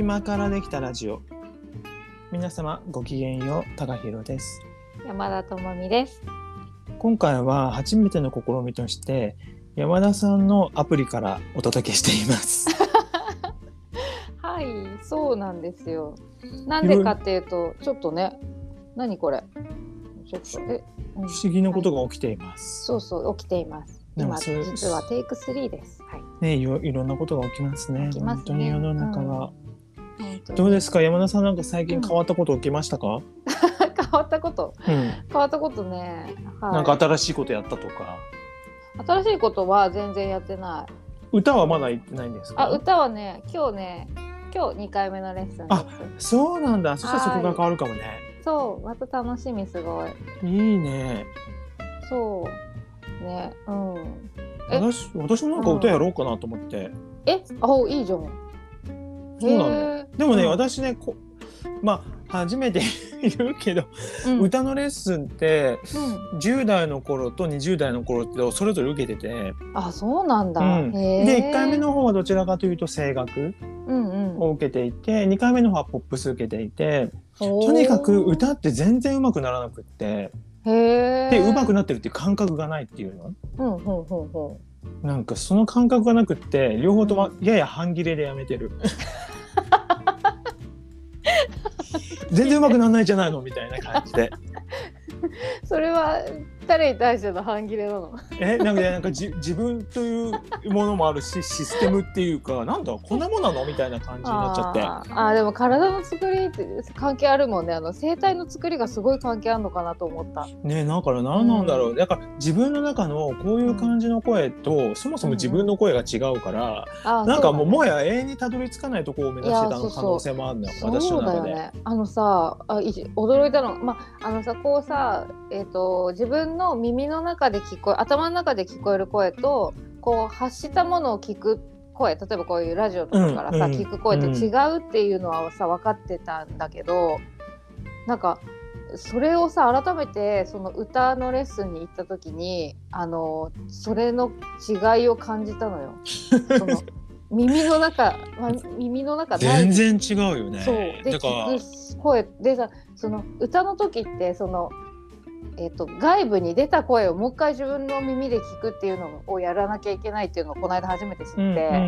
暇からできたラジオ。皆様ごきげんよう、高弘です。 山田智美です。 今回は初めての試みとして山田さんのアプリからお届けしていますはい、そうなんですよ。なんでかっていうと、ちょっとね、何これ、ちょっと不思議なことが起きています、 はい、そう起きています。今実はテイク3です。はい。 ね、いろんなことが起きますね。 起きますね。 本当に世の中は、どうですか山田さん、なんか最近変わったこと起きましたか？ 変わったこと、変わったことね、 はい、なんか新しいことやったとか。 新しいことは全然やってない。 歌はまだ行ってないんですか？ 歌はね、今日2回目のレッスンです。 あ、そうなんだ。そしたらそこが変わるかもね。 そう、また楽しみ、すごい。 いいね。 そうね、 私もなんか歌やろうかなと思って。 いいじゃん。 そうなの。でもね、私ね、初めて言うけど、歌のレッスンって、10代の頃と20代の頃ってそれぞれ受けてて。 あ、そうなんだ。 で1回目の方はどちらかというと声楽を受けていて、2回目の方はポップス受けていて、とにかく歌って全然上手くならなくって、で上手くなってるっていう感覚がないっていうの。なんかその感覚がなくって、両方ともやや半切れでやめてる。全然上手くならないじゃないのみたいな感じで。 それは誰に対しての半切れなの？ なんか自分というものもあるし、システムっていうか、なんだこんなもんなのみたいな感じになっちゃって。 でも体の作りって関係あるもんね。声帯の作りがすごい関係あるのかなと思ったね。だから何なんだろう、だから自分の中のこういう感じの声と、そもそも自分の声が違うから、なんかもはや永遠にたどり着かないところを目指してた可能性もあるのよ、私の中で。 驚いたの、こうさ、自分の耳の中で頭の中で聞こえる声と、こう発したものを聞く声、例えばこういうラジオとかからさ、聞く声って違うっていうのはさ分かってたんだけど、なんかそれをさ改めてその歌のレッスンに行った時にそれの違いを感じたのよ。その耳の中全然違うよね。 そうで、聞く声でさ、その歌の時って外部に出た声をもう一回自分の耳で聞くっていうのをやらなきゃいけないっていうのをこの間初めて知って、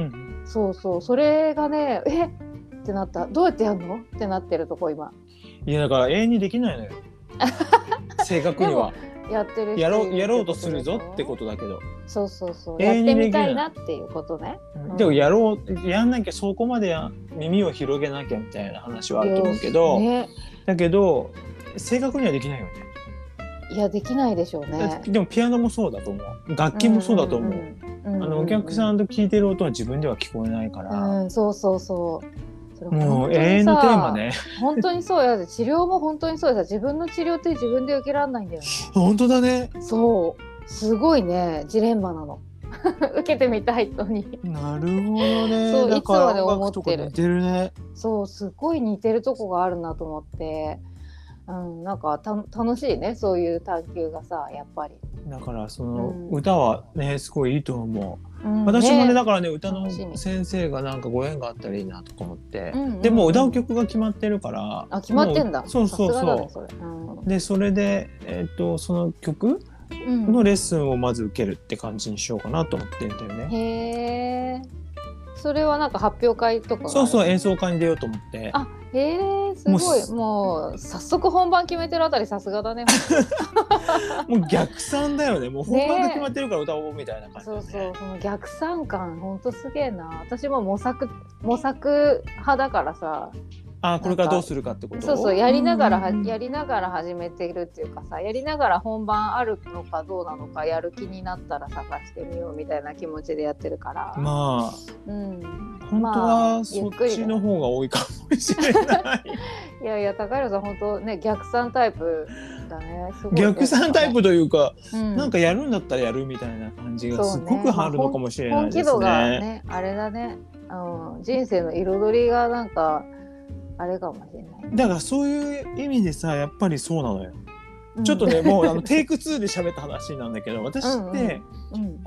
それがね、ってなった。どうやってやるのってなってるとこ今。 いやだから永遠にできないのよ。正確にはやってる人やろうとするぞってことだけど。 そうやってみたいなっていうことね。 でもやんなきゃ、そこまで耳を広げなきゃみたいな話はあると思うけど、だけど正確にはできないよね。 いやできないでしょうね。 でもピアノもそうだと思う。楽器もそうだと思う。お客さんと聞いてる音は自分では聞こえないから。もう永遠のテーマね。 本当にそうや。治療も本当にそうや。自分の治療って自分で受けられないんだよね。 本当だね。 そうすごいね、ジレンマなの。受けてみたい人に。 なるほどね。 そう、いつまで思ってる。似てるね。 そう、すごい似てるとこがあるなと思って、なんか楽しいね、そういう探求がさ、やっぱり。だからその、歌はねすごいいいと思う。私もね、だからね、歌の先生がなんかご縁があったらいいなとか思って、でも歌う曲が決まってるから。 決まってんだ。 そうで、それでその曲のレッスンをまず受けるって感じにしようかなと思ってるんだよね。 へー。それはなんか発表会とか？ そう演奏会に出ようと思って。 すごい。もう早速本番決めてるあたりさすがだね。 もう逆算だよね。もう本番が決まってるから歌おうみたいな感じ、ね。 その逆算感ほんとすげえな。私も模索派だからさ。 これからどうするかってこと？ やりながら始めてるっていうかさ、やりながら本番あるのかどうなのかやる気になったら探してみようみたいな気持ちでやってるから。 本当はそっちの方が多いかもしれない。 いや高弘さん本当ね、逆算タイプだね。すごいね。 逆算タイプというか、なんかやるんだったらやるみたいな感じがすごくあるのかもしれないですね。 本気度がね、あれだね。人生の彩りがなんかあれかもしれない。 だからそういう意味でさ、やっぱりそうなのよ。ちょっとね、もうテイク2で喋った話なんだけど、私ってこの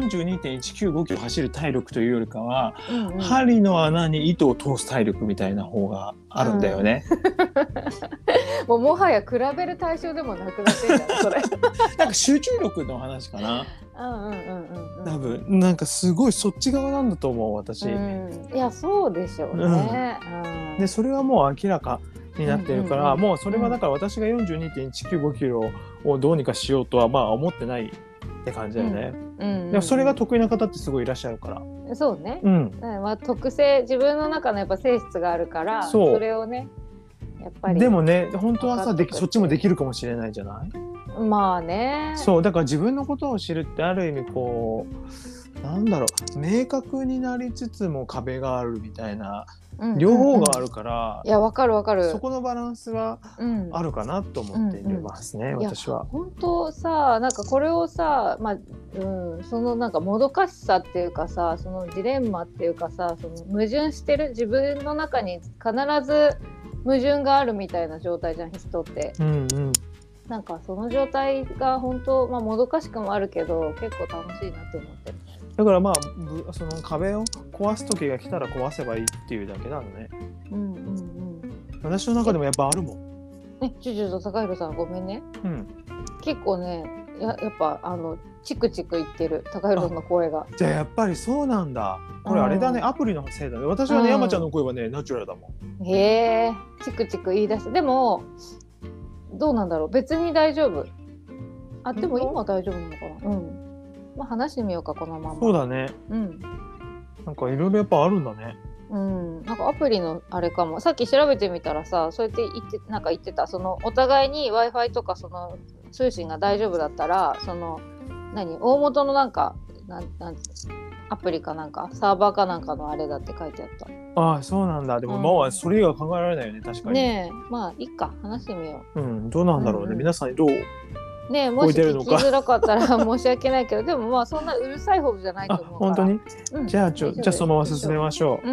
42.195 キロ走る体力というよりかは、針の穴に糸を通す体力みたいな方があるんだよね。 もはや比べる対象でもなくなってんじゃんそれ。 なんか集中力の話かな。多分なんかすごいそっち側なんだと思う私。いやそうでしょうね。 でそれはもう明らかになってるから、もうそれはだから私が 42.195 キロをどうにかしようとはまあ思ってないって感じだよね。でもそれが得意な方ってすごいいらっしゃるから。 そうね。まあ特性、自分の中のやっぱ性質があるから、それをねやっぱり。 でもね本当はさそっちもできるかもしれないじゃない。 まあね。 そうだから自分のことを知るってある意味こうなんだろう、明確になりつつも壁があるみたいな、両方があるから、 いやわかるわかる。 そこのバランスはあるかなと思っていますね、私は。 本当さ、なんかこれをさ、まあそのなんかもどかしさっていうかさ、そのジレンマっていうかさ、その矛盾してる自分の中に必ず矛盾があるみたいな状態じゃん人って。なんかその状態が本当、まあ、もどかしくもあるけど結構楽しいなって思ってる。 だからまあその壁を壊す時が来たら壊せばいいっていうだけなのね。私の中でもやっぱあるもん。 ちょ高弘さんごめんね。結構ねやっぱチクチク言ってる高弘さんの声が。 じゃあやっぱりそうなんだ。これあれだね、アプリのせいだね。私はね、山ちゃんの声はねナチュラルだもん。 へえ、チクチク言い出す。でもどうなんだろう、別に大丈夫。でも今は大丈夫なのかな。まあ話してみようかこのまま。 そうだね。なんかいろいろやっぱあるんだね。 なんかアプリのあれかも。さっき調べてみたらさ、そうやって言ってた、そのお互いに Wi-Fi とかその通信が大丈夫だったら、その大元のなんかアプリかなんかサーバーかなんかのあれだって書いてあった。 ああそうなんだ。でもまあそれ以外考えられないよね、確かに。 ねえ、まあいいか、話してみよう。どうなんだろうね、皆さんどうねえ、もし聞きづらかったら申し訳ないけど、でもまあそんなうるさい方じゃないと思うから。 本当に？じゃあそのまま進めましょう。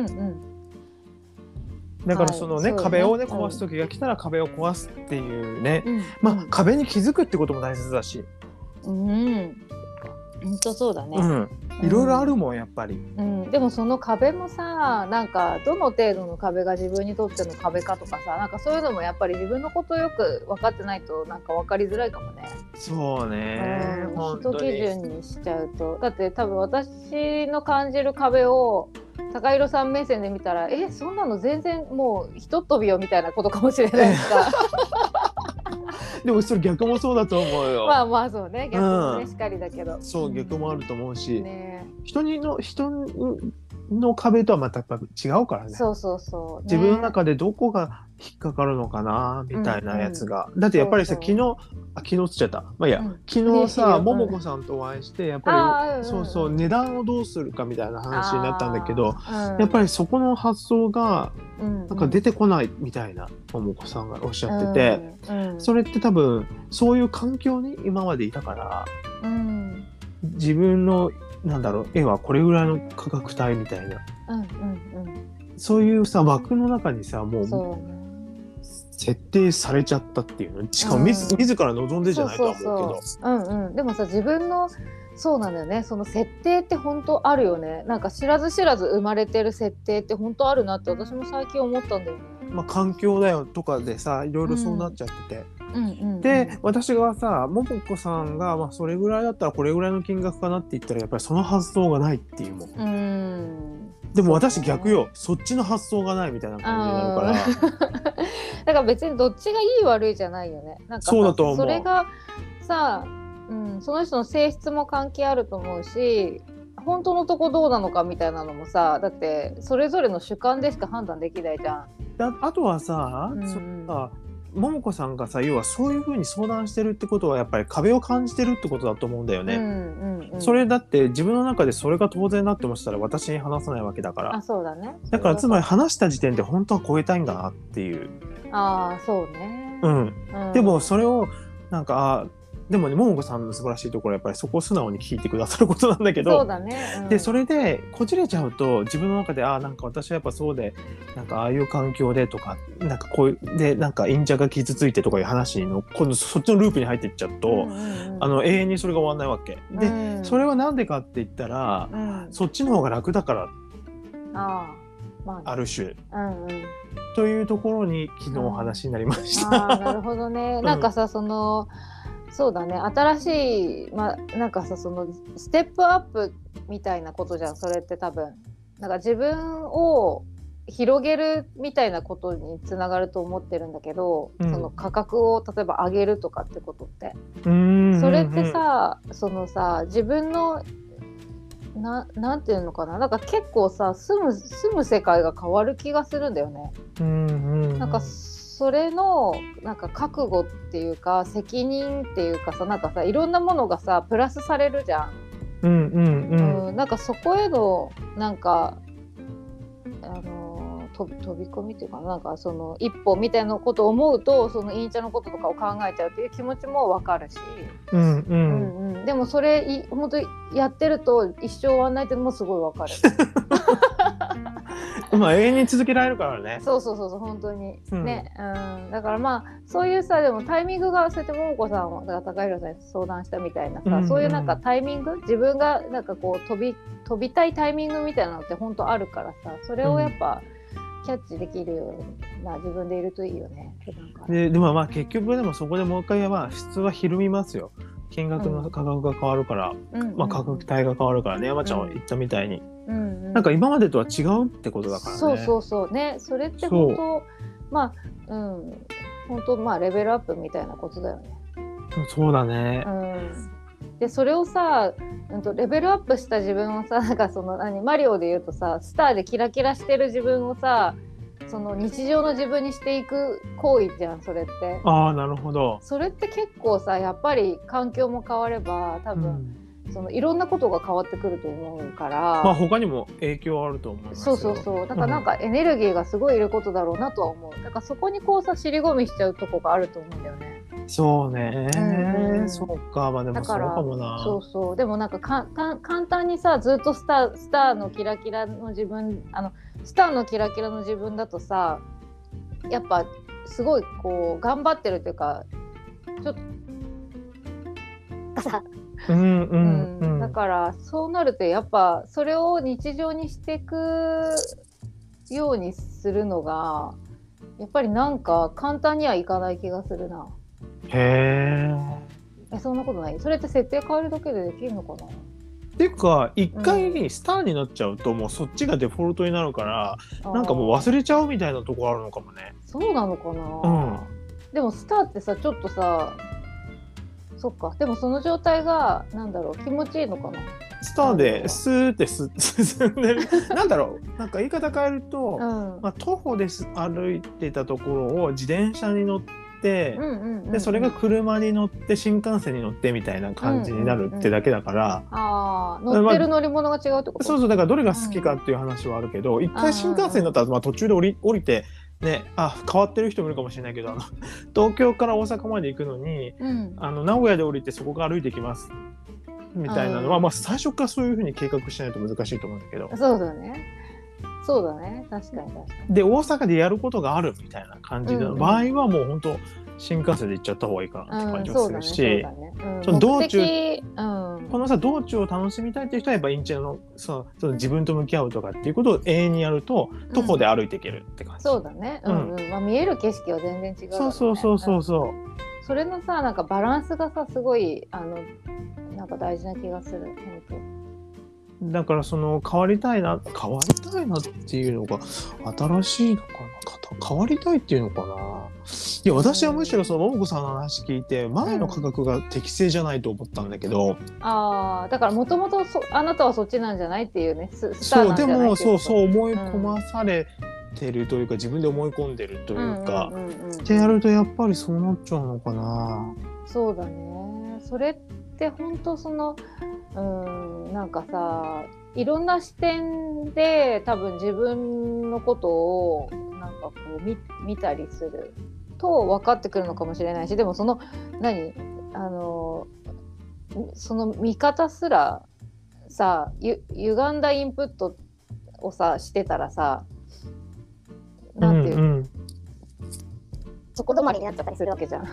だからそのね、壁をね壊す時が来たら壁を壊すっていうね、まあ壁に気づくってことも大切だし。 本当そうだね。 いろいろあるもんやっぱり。 でもその壁もさ、なんかどの程度の壁が自分にとっての壁かとかさ、なんかそういうのもやっぱり自分のことよく分かってないとなんか分かりづらいかもね。 そうね。 人基準にしちゃうと、だって多分私の感じる壁を高弘さん目線で見たら、そんなの全然もうひとっ飛びよみたいなことかもしれないさ。 でもそれ逆もそうだと思うよ。 まあまあそうね、逆もねしかりだけど。 そう逆もあると思うし、人の壁とはまた違うからね。 そう自分の中でどこが引っかかるのかなみたいなやつが、だってやっぱりさ昨日つっちゃった。まあいや、昨日さ桃子さんとお会いしてやっぱりそう値段をどうするかみたいな話になったんだけど、やっぱりそこの発想がなんか出てこないみたいな桃子さんがおっしゃってて、それって多分そういう環境に今までいたから、自分のなんだろう絵はこれぐらいの価格帯みたいな、そういうさ枠の中にさもう設定されちゃったっていうの、しかも自ら望んでじゃないとは思うけど、 でもさ自分のそうなんだよね、その設定って本当あるよね。なんか知らず知らず生まれてる設定って本当あるなって私も最近思ったんだよね。 まあ環境だよとかでさいろいろそうなっちゃってて、で私がさ桃子さんが、まあ、それぐらいだったらこれぐらいの金額かなって言ったらやっぱりその発想がないっていうもん。でも私逆よ、そっちの発想がないみたいな感じになるからだから別にどっちがいい悪いじゃないよね。なんかそうだと思う。 それがさ、その人の性質も関係あると思うし、本当のとこどうなのかみたいなのもさ、だってそれぞれの主観でしか判断できないじゃん。 あとはさ、桃子さんがさ要はそういう風に相談してるってことはやっぱり壁を感じてるってことだと思うんだよね。それだって自分の中でそれが当然だって思ってたら私に話さないわけだから。 そうだね。 だからつまり話した時点で本当は超えたいんだなっていう。 そうね。 でもそれをなんかでもね、桃子さんの素晴らしいところはやっぱりそこを素直に聞いてくださることなんだけど、 そうだね、 でそれでこじれちゃうと自分の中でなんか私はやっぱそうでなんかああいう環境でとかなんかこういうでなんか陰者が傷ついてとかいう話の今度そっちのループに入っていっちゃうと、永遠にそれが終わんないわけで、それはなんでかって言ったら、そっちの方が楽だからある種、というところに昨日お話になりました。 なるほどね。なんかさ、そうだね、新しい、なんかさ、そのステップアップみたいなことじゃん、それって多分。なんか自分を広げるみたいなことにつながると思ってるんだけど、その価格を例えば上げるとかってことって。それってさ、自分のなんていうのかな、なんか結構さ住む世界が変わる気がするんだよね。なんかそれのなんか覚悟っていうか責任っていうかさ、なんかさいろんなものがさプラスされるじゃん。なんかそこへのなんか飛び込みっていうかなんかその一歩みたいなことを思うと、その陰茶のこととかを考えちゃうっていう気持ちもわかるし、でもそれ本当やってると一生終わんないってのもすごいわかる。 永遠に続けられるからね。 そう本当に、ね、だからそういうさ、でもタイミングがそうやって桃子さんが高弘さんに相談したみたいなさ、そういうなんかタイミング、自分がなんかこう飛びたいタイミングみたいなのって本当あるからさ、それをやっぱ、キャッチできるような自分でいるといいよね。 でも結局でもそこでもう一回質はひるみますよ。金額の価格が変わるから、価格帯が変わるからね、山ちゃんは言ったみたいに、なんか今までとは違うってことだからね。 そうね、それって本当本当レベルアップみたいなことだよね。 そうだね。 でそれをさ、レベルアップした自分をさ、なんかマリオで言うとさ、スターでキラキラしてる自分をさ、その日常の自分にしていく行為じゃん、それって。 なるほど。 それって結構さ、やっぱり環境も変われば多分、いろんなことが変わってくると思うから、 他にも影響あると思いますよ。 そうだからなんかエネルギーがすごいいることだろうなとは思う。だからそこにこうさ尻込みしちゃうとこがあると思うんだよね。 そうね、そうか、でもそうかもな。 そうでもなんか簡単にさ、ずっとスターのキラキラの自分、スターのキラキラの自分だとさ、やっぱすごいこう頑張ってるっていうか、ちょっとさだからそうなるとやっぱそれを日常にしていくようにするのがやっぱりなんか簡単にはいかない気がするな。 へえ。 そんなことない？それって設定変えるだけでできるのかな？ っていうか一回スターになっちゃうと、もうそっちがデフォルトになるから、なんかもう忘れちゃうみたいなとこあるのかもね。 そうなのかな。でもスターってさ、ちょっとさ、そっか、でもその状態がなんだろう、気持ちいいのかな。 スターでスーって進んでるなんだろう、なんか言い方変えると、徒歩で歩いてたところを自転車に乗って、でそれが車に乗って新幹線に乗ってみたいな感じになるってだけだから、 乗ってる乗り物が違うってこと？ そうだからどれが好きかっていう話はあるけど、一回新幹線だったら途中で降りてね、変わってる人もいるかもしれないけど、東京から大阪まで行くのに、名古屋で降りてそこから歩いてきますみたいなのは、最初からそういうふうに計画しないと難しいと思うんだけど。 そうだね、確かに。 で大阪でやることがあるみたいな感じの場合は、もう本当新幹線で行っちゃった方がいいかなって感じがするし、その道中、このさ道中を楽しみたいっていう人はやっぱインチェのその自分と向き合うとかっていうことを永遠にやると徒歩で歩いていけるって感じ。 そうだね。見える景色は全然違う、ね。 そう。 それのさ、なんかバランスがさ、すごいなんか大事な気がする。本当。 だからその変わりたいなっていうのが新しいのかな、変わりたいっていうのかな。いや私はむしろその桃子さんの話聞いて前の価格が適正じゃないと思ったんだけど、 だからもともとあなたはそっちなんじゃないっていうね。 そうでもそう思い込まされてるというか、自分で思い込んでるというか、ってやるとやっぱりそうなっちゃうのかな。 そうだね。それって本当なんかさ、いろんな視点で多分自分のことをなんかこう見たりすると分かってくるのかもしれないし、でもその見方すらさ歪んだインプットをさしてたらさ、なんていう、うんうん、そこ止まりになっちゃったりするわけじゃん。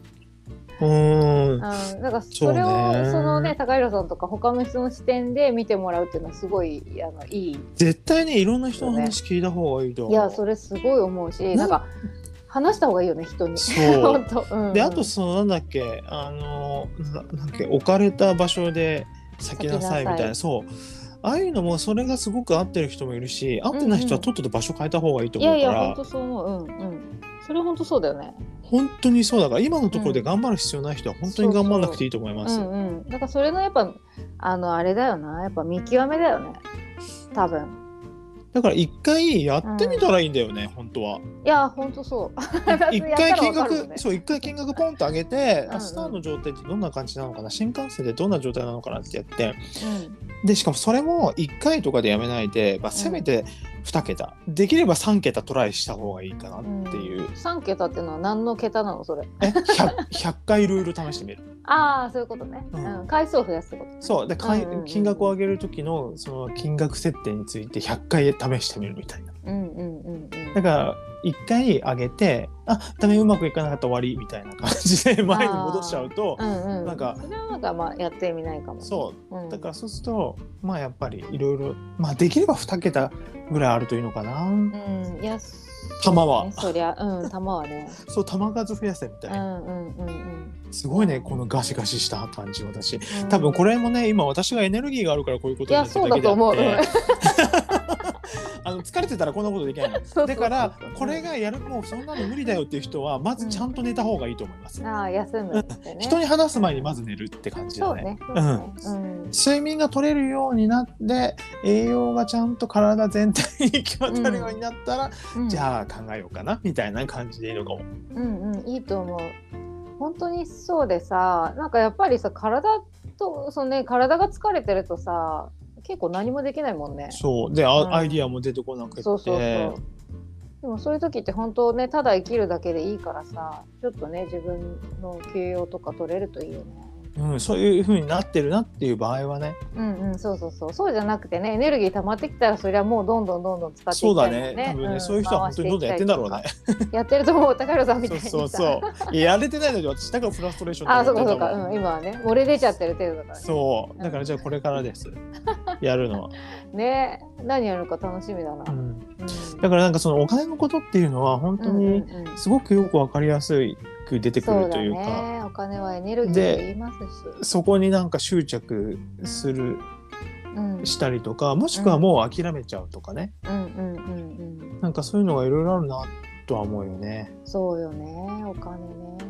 だからそれをそのね高弘さんとか他の人の視点で見てもらうっていうのはすごいいい。 絶対ねいろんな人の話聞いた方がいいと思う。 いやそれすごい思うし、なんか話した方がいいよね人に。 そう本当、うんうん、であとそのなんだっけ置かれた場所で咲きなさいみたいな、そうああいうのもそれがすごく合ってる人もいるし、合ってない人はとっとと場所変えた方がいいと思うから。いやいや本当そう思う。うんうん。それ本当そうだよね。本当にそうだから今のところで頑張る必要ない人は本当に頑張らなくていいと思います。 そうそう、うんうん、だからそれのやっぱあれだよな、やっぱ見極めだよね多分。 だから一回やってみたらいいんだよね、本当は。 いや本当そう。 一回金額、そう一回金額ポンと上げて、スターの状態ってどんな感じなのかな、新幹線でどんな状態なのかなってやって、でしかもそれも1回とかでやめないで、せめて2桁、できれば3桁トライした方がいいかなっていう。 3桁っていうのは何の桁なのそれ ？100回ルール試してみる。 ああそういうことね、回数を増やすってこと、ね、 そうで、金額を上げる時のその金額設定について100回試してみるみたいな。だから1回上げてダメうまくいかなかった終わりみたいな感じで前に戻しちゃうと、なんかそれはなんかやってみないかも。 そう、だからそうするとやっぱりいろいろできれば2桁ぐらいあるといいのかな。いや玉は、ね、 そりゃ玉はねそう玉数増やせみたいな。すごいねこのガシガシした感じ私。多分これもね今私がエネルギーがあるからこういうことになってるだけであって。いやそうだと思う。疲れてたらこんなことできないの。だからこれがやるもうそんなの無理だよっていう人はまずちゃんと寝た方がいいと思います。 休むってね。 人に話す前にまず寝るって感じだね。睡眠が取れるようになって栄養がちゃんと体全体に行き渡るようになったら、じゃあ考えようかなみたいな感じでいいのかも。 いいと思う。本当にそうでさ、なんかやっぱりさ体が疲れてるとさ結構何もできないもんね。 そうで、アイディアも出てこなくて。そうでもそういう時って本当ねただ生きるだけでいいからさ、ちょっとね自分の休養とか取れるといいよね。 そういう風になってるなっていう場合はね。 そうじゃなくてね、エネルギー溜まってきたらそれはもうどんどん使っていきたいもんね。 そうだね。多分ね、そういう人は本当にどんどんやってんだろうね。 やってると思う、高弘さんみたいにさ。 そうやれてないので私だからフラストレーションそうか、今はね漏れ出ちゃってる程度だから、ね。 そうだからじゃあこれからです。やるのは。 ね、何やるか楽しみだな。 だからなんかそのお金のことっていうのは本当にすごくよくわかりやすい。出てくるというか、 ね、お金はエネルギーと言いますし、 そこになんか執着する、したりとか、もしくはもう諦めちゃうとかね、なんかそういうのがいろいろあるなとは思うよね。 そうよね、お金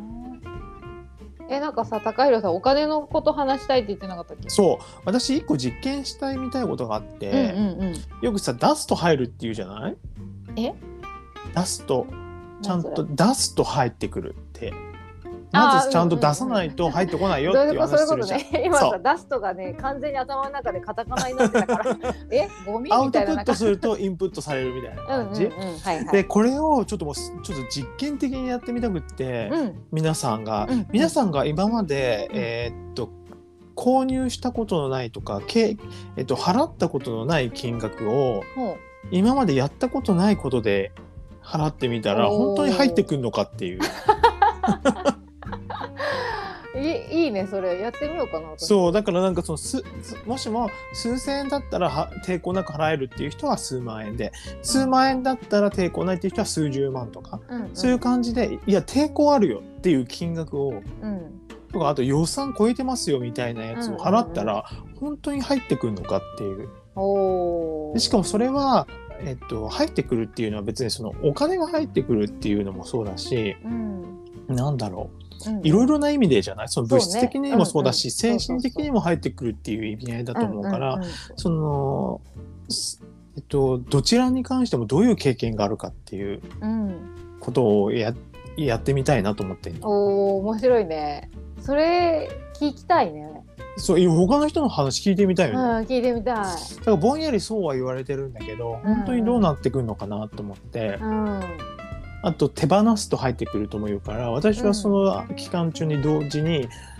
ね。なんかさ、高弘さんお金のこと話したいって言ってなかったっけ？ そう、私一個実験したいみたいことがあって、よくさダスト入るっていうじゃない？ダストちゃんと出すと入ってくるってまずちゃんと出さないと入ってこないよっていう話するじゃん。 今さダストがね完全に頭の中でカタカナになってたからゴミみたいな。 アウトプットするとインプットされるみたいな感じで、これをちょっと実験的にやってみたくって、皆さんが今まで購入したことのないとか払ったことのない金額を今までやったことないことで払ってみたら本当に入ってくるのかっていういいね、それやってみようかな。 そうだからなんかもしも数千円だったら抵抗なく払えるっていう人は数万円で、数万円だったら抵抗ないっていう人は数十万とか、そういう感じでいや抵抗あるよっていう金額を、とかあと予算超えてますよみたいなやつを払ったら本当に入ってくるのかっていう。でしかもそれは入ってくるっていうのは別にそのお金が入ってくるっていうのもそうだし、なんだろう、いろいろな意味でじゃない、その物質的にもそうだし、精神的にも入ってくるっていう意味合いだと思うから、そのどちらに関してもどういう経験があるかっていうことをやってみたいなと思ってる。 面白いね。それ聞きたいね。 そう他の人の話聞いてみたいよね。 聞いてみたい。だからぼんやりそうは言われてるんだけど、本当にどうなってくるのかなと思って、あと手放すと入ってくるとも言うから、私はその期間中に同時に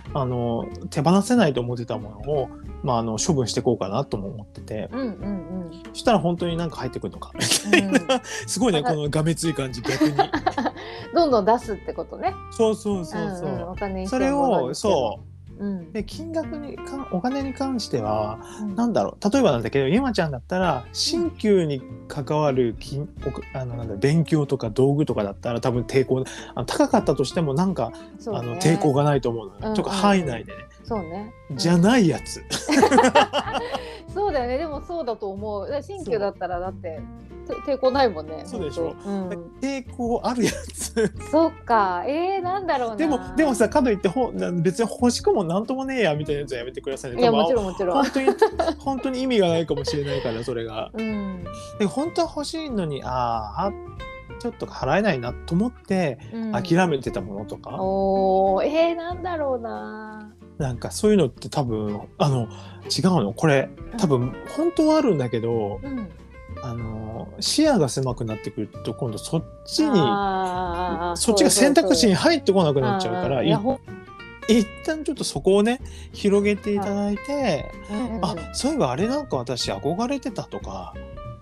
手放せないと思ってたものを、処分していこうかなとも思ってて、そしたら本当になんか入ってくるのかみたいな、すごいねこのがめつい感じ逆にどんどん出すってことね。 そう、 お金にしてそれをそうでお金に関しては、なんだろう、例えばなんだけどゆまちゃんだったら鍼灸に関わる勉強とか道具とかだったら多分抵抗高かったとしてもなんか、抵抗がないと思うのよ、とか範囲内でね。 そうね、 じゃないやつそうだよね。でもそうだと思う。鍼灸だったらだって抵抗ないもんね。 そうでしょ、抵抗あるやつそっか、なんだろうな。 でもさ、かといって別に欲しくもなんともねえやみたいなやつはやめてくださいね。 いやもちろん本当に意味がないかもしれないからそれが、で本当は欲しいのにちょっと払えないなと思って諦めてたものとか、 なんだろうな。 なんかそういうのって多分違うのこれ多分本当はあるんだけど、視野が狭くなってくると今度そっちが選択肢に入ってこなくなっちゃうから一旦ちょっとそこをね広げていただいて、そういえばあれなんか私憧れてたとか、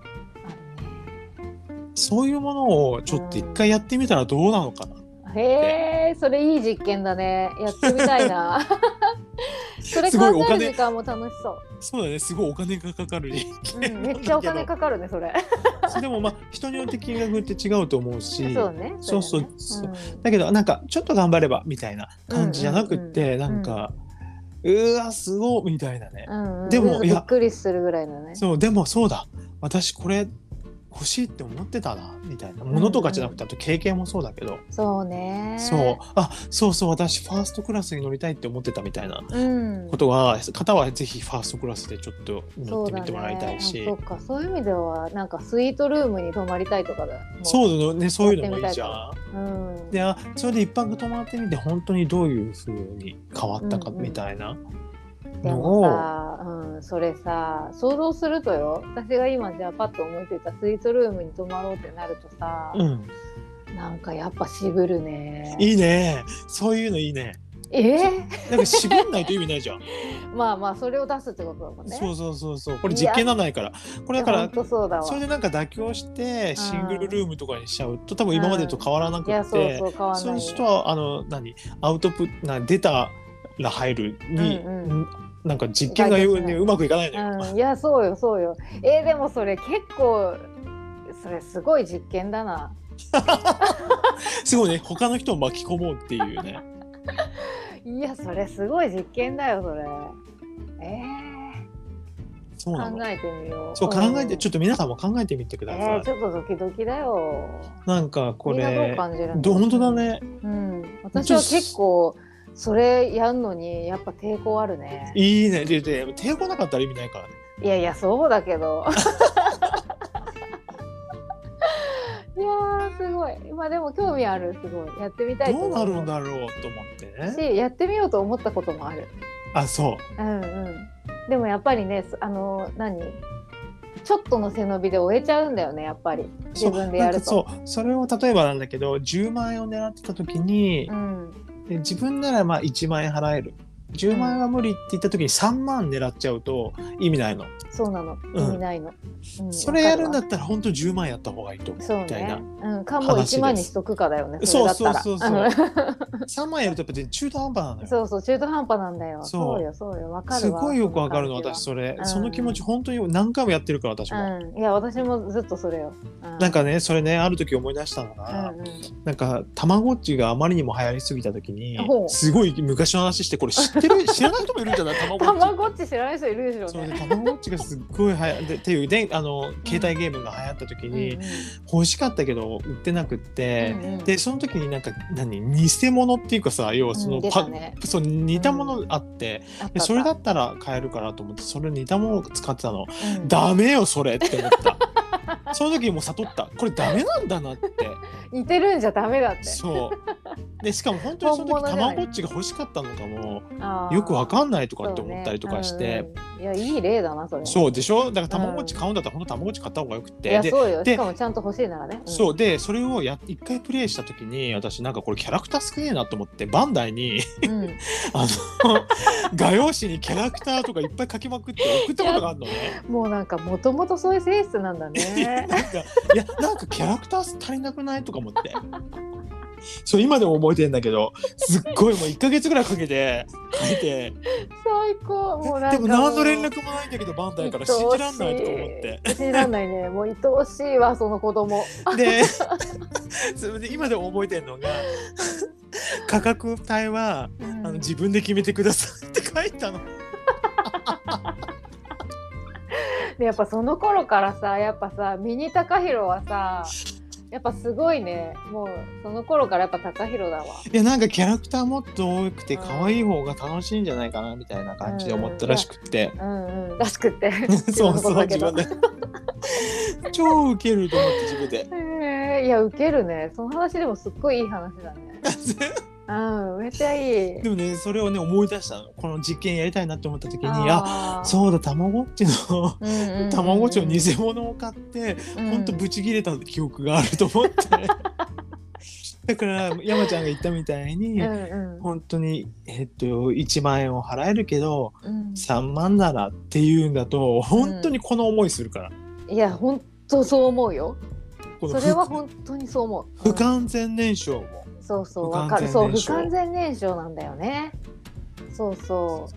そういうものをちょっと一回やってみたらどうなのかな。 それいい実験だね。やってみたいなそれ考える時間も楽しそう。 そうだね、すごいお金がかかる、 めっちゃお金かかるねそれでも人によって金額って違うと思うしそうね、 だけどなんかちょっと頑張ればみたいな感じじゃなくって、なんかうわすごいみたいなね、でもびっくりするぐらいのね。 そう、でもそうだ、私これ欲しいって思ってたなみたいなものとかじゃなくて、あと経験もそうだけど、 そうね、 そう私ファーストクラスに乗りたいって思ってたみたいなことは、方はぜひファーストクラスでちょっと乗ってみてもらいたいし、 そうか、そういう意味ではなんかスイートルームに泊まりたいとかだ。 そうね、そういうのもいいじゃん。でそれで一泊泊まってみて本当にどういう風に変わったかみたいなでもさ、それさ想像するとよ、私が今じゃあパッと思いついたスイートルームに泊まろうってなるとさ、なんかやっぱ渋るね。 いいね、そういうのいいね。なんか渋んないと意味ないじゃんそれを出すってことだもんね。 そうこれ実験なんないから、これだからそうだわ。 それでなんか妥協してシングルルームとかにしちゃうと多分今までと変わらなくって、そういう人はアウトプ出たら入るに、なんか実験がうまくいかないのよ。 いやそうよ。でもそれ結構それすごい実験だなすごいね、他の人を巻き込もうっていうねいやそれすごい実験だよそれ。 そうなの。 考えてみよう。 そう考えて、ちょっと皆さんも考えてみてください。 ちょっとドキドキだよ。 なんかこれみんなどう感じるの？ 本当だね。 私は結構それやんのにやっぱ抵抗あるね。 いいね。で抵抗なかったら意味ないからね。 いやそうだけどいやすごい。でも興味ある、すごいやってみたいとどうなるんだろうと思ってね。 やってみようと思ったこともある。 そう。 でもやっぱりね、ちょっとの背伸びで終えちゃうんだよね、やっぱり自分でやると。 それを例えばなんだけど10万円を狙ってた時に、で自分なら1万円払える、10万円は無理って言った時に3万狙っちゃうと意味ないの。 そうなの、意味ないの。 それやるんだったら本当10万やった方がいいと思うみたいな。 かも1万にしとくかだよね。 そう3万やるとやっぱ中途半端なのよ。 そう中途半端なんだよ。そうよわかるわ。 すごいよくわかるの私それ、その気持ち本当に何回もやってるから私も。 いや私もずっとそれよ。 なんかねそれねある時思い出したのが、なんかたまごっちがあまりにも流行りすぎた時にすごい昔の話して、これ知らない人もいるんじゃない？たまごっち知らない人いるでしょうね。 そうね、たまごっちがすっごいっていうで携帯ゲームが流行った時に欲しかったけど売ってなくって、でその時になんか偽物っていうかさ、要はそのそう似たものあって、でそれだったら買えるからと思ってそれ似たものを使ってたの。ダメよそれって思ったその時にもう悟った、これダメなんだなって。 似てるんじゃダメだって。 そうでしかも本当にその時たまごっちが欲しかったのかもよくわかんないとかって思ったりとかして、 いやいい例だなそれ。 そうでしょ。だからたまごっち買うんだったら本当たまごっち買った方がよくて、 いやそうよ。しかもちゃんと欲しいならね。 そうでそれを一回プレイした時に私なんかこれキャラクター少ねえなと思ってバンダイに画用紙にキャラクターとかいっぱい書きまくって送ったことがあるのね。 もうなんかもともとそういう性質なんだね。 なんかキャラクター足りなくないとか思って。そう今でも覚えてんだけどすっごいもう1ヶ月ぐらいかけて書いて最高。もうなんかでも何の連絡もないんだけどバンダイから信じらんないとか思って信じらんないね。もう愛おしいわその子供でそれで今でも覚えてんのが価格帯は、自分で決めてくださいって書いたのでやっぱその頃からさやっぱさミニ高弘はさやっぱすごいね。もうその頃からやっぱ高弘だわ。 いやなんかキャラクターもっと多くて可愛い方が楽しいんじゃないかなみたいな感じで思ったらしくって、 らしくってそうそう自分で超ウケると思って自分でいやウケるね。その話でもすっごいいい話だねめっちゃいい。 でもねそれをね思い出したの。この実験やりたいなって思った時にそうだたまごっちのたまごっちの偽物を買ってほんとブチギレた記憶があると思ってだから山ちゃんが言ったみたいに、本当に1万円を払えるけど、3万ならっていうんだと本当にこの思いするから、 いや本当そう思うよ。それは本当にそう思う。 不完全燃焼もそうそうわかる。そう不完全燃焼なんだよね。そうそう。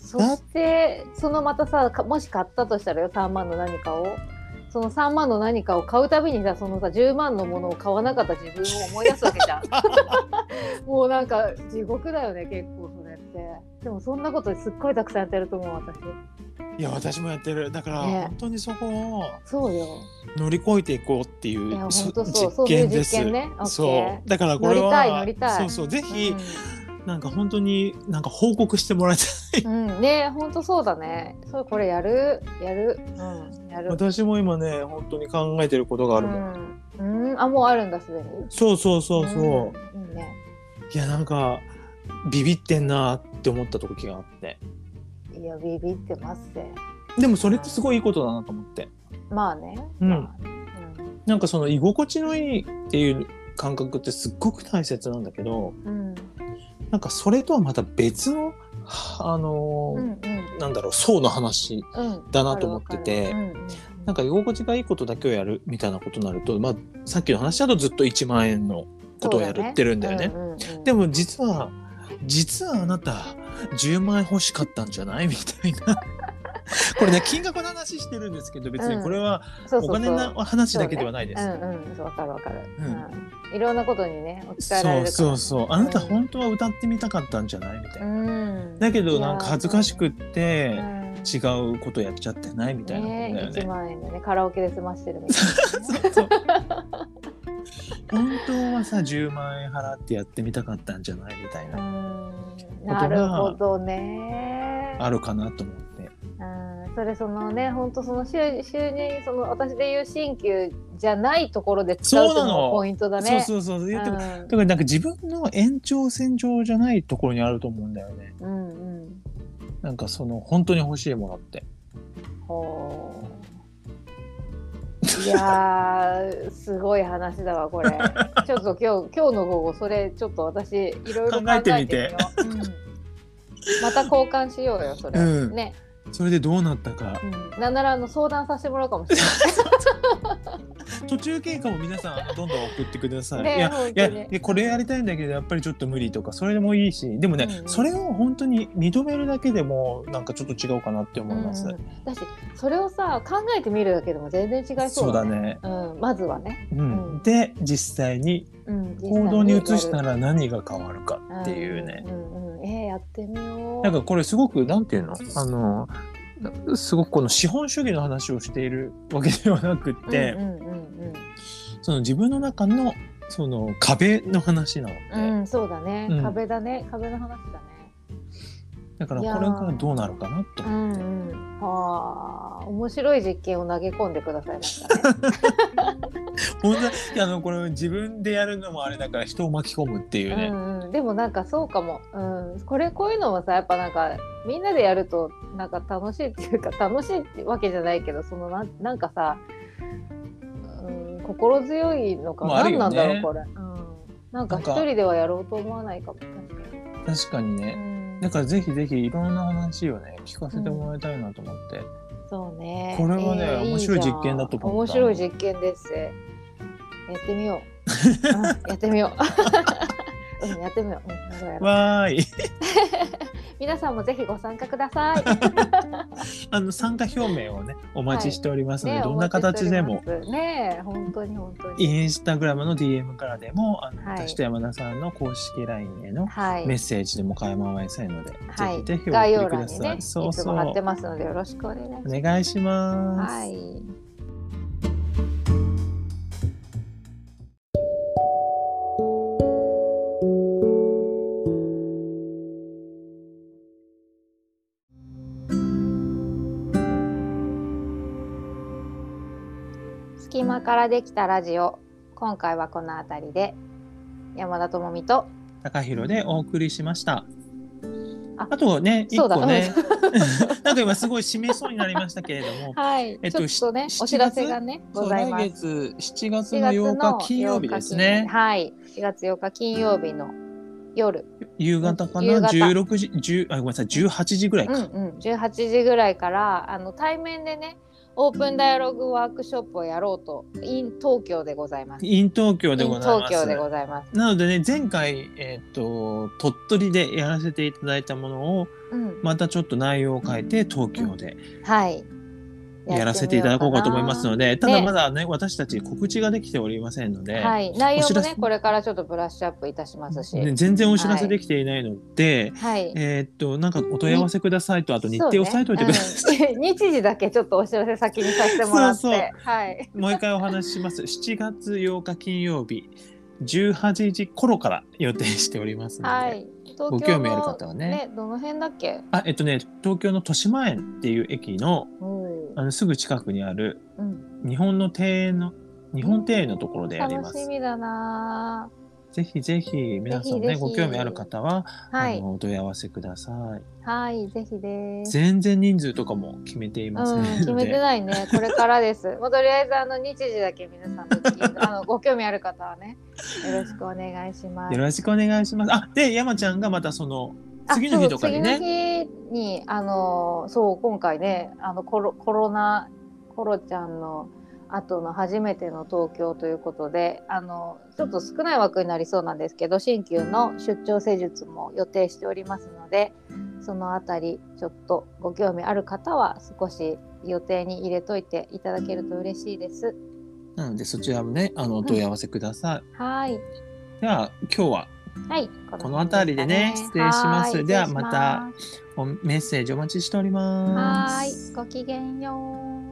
そしてそのまたさもし買ったとしたらよ3万の何かをその3万の何かを買うたびにさそのさ10万のものを買わなかった自分を思い出すわけじゃんもうなんか地獄だよね結構それって。でもそんなことすっごいたくさんやってると思う私。 いや私もやってる。だから、本当にそこをそうよ乗り越えていこうっていう実験です。 そういう実験ね。 そうだからこれは乗りたいそうそうぜひ、なんか本当になんか報告してもらいたいね本当そうだね。これやる、 私も今ね本当に考えてることがあるもん。 もうあるんだすでに。 そう、いいね。いやなんかビビってんなって思った時があって。 いやビビってますね。 でもそれってすごいいいことだなと思って。 まあね、 なんかその居心地のいいっていう感覚ってすっごく大切なんだけど、なんかそれとはまた別のなんだろう層の話だなと思ってて、なんか居心地がいいことだけをやるみたいなことになると、さっきの話だとずっと1万円のことをやってるんだよね。でも実はあなた10万円欲しかったんじゃないみたいなこれね金額の話してるんですけど別にこれはお金の話だけではないです。 わかるわかる。いろんなことにね置き換えられるから。 そうあなた本当は歌ってみたかったんじゃないみたいな。だけどなんか恥ずかしくって違うことやっちゃってないみたいなことだよね。 1万円でねカラオケで済ましてるみたいな。 本当はさ10万円払ってやってみたかったんじゃないみたいななるほどねあるかなと思って。 それそのね本当その収入その私でいう新旧じゃないところで使うっていうのがポイントだね。 そうだからなんか自分の延長線上じゃないところにあると思うんだよね。なんかその本当に欲しいものって。 いやすごい話だわこれちょっと今日の午後それちょっと私いろいろ考えてみよう。また交換しようよそれ、ね。 それでどうなったか、 なんなら相談させてもらうかもしれない途中経過も皆さんどんどん送ってください。いやこれやりたいんだけどやっぱりちょっと無理とかそれでもいいし、でもね、それを本当に認めるだけでもなんかちょっと違うかなって思います。 だしそれをさ考えてみるだけでも全然違いそうだね。まずはね。で実際に行動に移したら何が変わるかっていうね。 やってみよう。 なんかこれすごくなんていうのすごくこの資本主義の話をしているわけではなくって、その自分の中のその壁の話なので、 そうだね、壁だね、壁の話だね。 だからこれからどうなるかなと思って。 面白い実験を投げ込んでくださいましたね。 本当にこれ自分でやるのもあれだから人を巻き込むっていうね。 でもなんかそうかも、こういうのもさ、やっぱなんかみんなでやるとなんか楽しいっていうか、楽しいってわけじゃないけど、そのなんかさ、心強いのか、何なんだろうこれ。なんか一人ではやろうと思わないかも。 確かにね。だからぜひぜひいろんな話をね聞かせてもらいたいなと思って。 そうね。 これはね、面白い実験だと思った。 面白い実験です。やってみよう。やってみよう。やってみよう。わーい。 皆さんもぜひご参加ください。 参加表明をねお待ちしておりますので、どんな形でもね、本当にインスタグラムの DM からでも私と山田さんの公式 LINE へのメッセージでも構いませんので、ぜひぜひお送りください。 概要欄にね、いつも貼ってますのでよろしくお願いします。隙間からできたラジオ、今回はこのあたりで、山田智美と高弘でお送りしました。あとね、一個ね、なんか今すごい締めそうになりましたけれども、 ちょっとね、お知らせがね、ございます。 来月7月の8日金曜日ですね。 7月8日金曜日の夜。 夕方かな、16時、ごめんなさい、18時ぐらいか。 18時ぐらいから、対面でね、オープンダイアログワークショップをやろうと、in 東京でございます。 in 東京でございます。 東京でございます。 なのでね、前回、鳥取でやらせていただいたものを、またちょっと内容を変えて東京で、やらせていただこうかと思いますので、ただまだね、私たち告知ができておりませんので、 内容もね、これからちょっとブラッシュアップいたしますし、 全然お知らせできていないので、なんかお問い合わせくださいと、あと日程を押さえておいてください。 日時だけちょっとお知らせ先にさせてもらって、 もう一回お話しします。7月8日金曜日18時頃から予定しておりますので、ご興味ある方はね。 どの辺だっけ？ 東京の豊島園っていう駅のすぐ近くにある日本庭園のところでやります。 楽しみだな。 ぜひぜひ皆さんね、ご興味ある方はお問い合わせください。ぜひです。 全然人数とかも決めていませんので。 決めてないね。これからです。とりあえず日時だけ皆さんご興味ある方はね、よろしくお願いします。 よろしくお願いします。で山ちゃんがまたその次の日とかにね。 次の日に今回ね、コロちゃんの後の初めての東京ということで、ちょっと少ない枠になりそうなんですけど、新旧の出張施術も予定しておりますので、そのあたりちょっとご興味ある方は少し予定に入れといていただけると嬉しいです。 なのでそちらもね、お問い合わせください。では今日はこのあたりでね、失礼します。ではまたメッセージお待ちしております。 ごきげんよう。